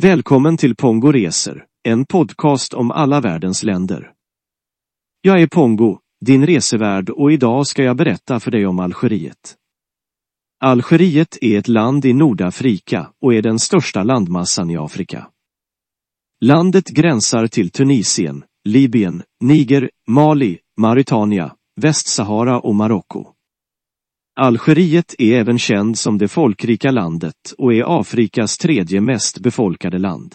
Välkommen till Pongo Reser, en podcast om alla världens länder. Jag är Pongo, din resevärd, och idag ska jag berätta för dig om Algeriet. Algeriet är ett land i Nordafrika och är den största landmassan i Afrika. Landet gränsar till Tunisien, Libyen, Niger, Mali, Mauritania, Västsahara och Marocko. Algeriet är även känd som det folkrika landet och är Afrikas tredje mest befolkade land.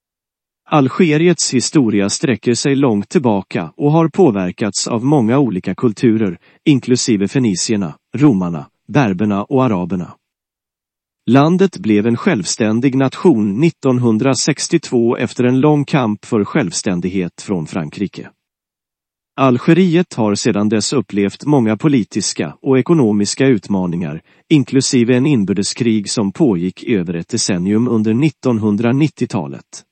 Algeriets historia sträcker sig långt tillbaka och har påverkats av många olika kulturer, inklusive fenicierna, romarna, berberna och araberna. Landet blev en självständig nation 1962 efter en lång kamp för självständighet från Frankrike. Algeriet har sedan dess upplevt många politiska och ekonomiska utmaningar, inklusive en inbördeskrig som pågick i över ett decennium under 1990-talet.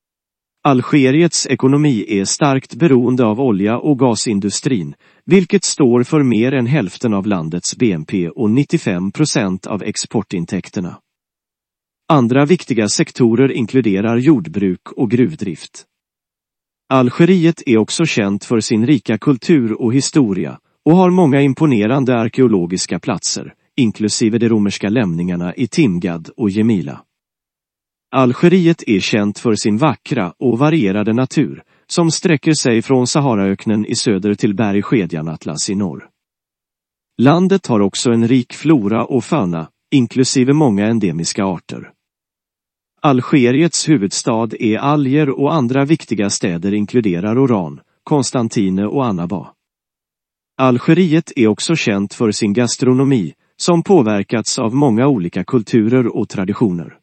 Algeriets ekonomi är starkt beroende av olja- och gasindustrin, vilket står för mer än hälften av landets BNP och 95% av exportintäkterna. Andra viktiga sektorer inkluderar jordbruk och gruvdrift. Algeriet är också känt för sin rika kultur och historia och har många imponerande arkeologiska platser, inklusive de romerska lämningarna i Timgad och Jemila. Algeriet är känt för sin vackra och varierade natur, som sträcker sig från Saharaöknen i söder till bergskedjan Atlas i norr. Landet har också en rik flora och fauna, inklusive många endemiska arter. Algeriets huvudstad är Alger och andra viktiga städer inkluderar Oran, Constantine och Annaba. Algeriet är också känt för sin gastronomi, som påverkats av många olika kulturer och traditioner.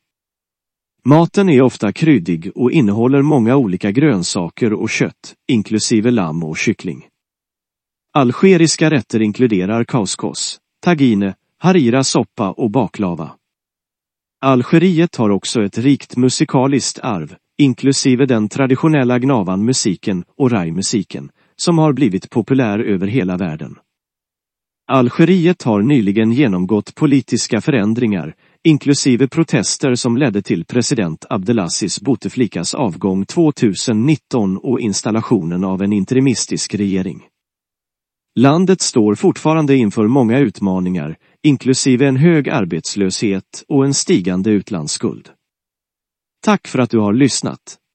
Maten är ofta kryddig och innehåller många olika grönsaker och kött, inklusive lamm och kyckling. Algeriska rätter inkluderar couscous, tagine, harira soppa och baklava. Algeriet har också ett rikt musikaliskt arv, inklusive den traditionella gnavan-musiken och rai-musiken, som har blivit populär över hela världen. Algeriet har nyligen genomgått politiska förändringar, inklusive protester som ledde till president Abdelaziz Bouteflikas avgång 2019 och installationen av en interimistisk regering. Landet står fortfarande inför många utmaningar, inklusive en hög arbetslöshet och en stigande utlandsskuld. Tack för att du har lyssnat.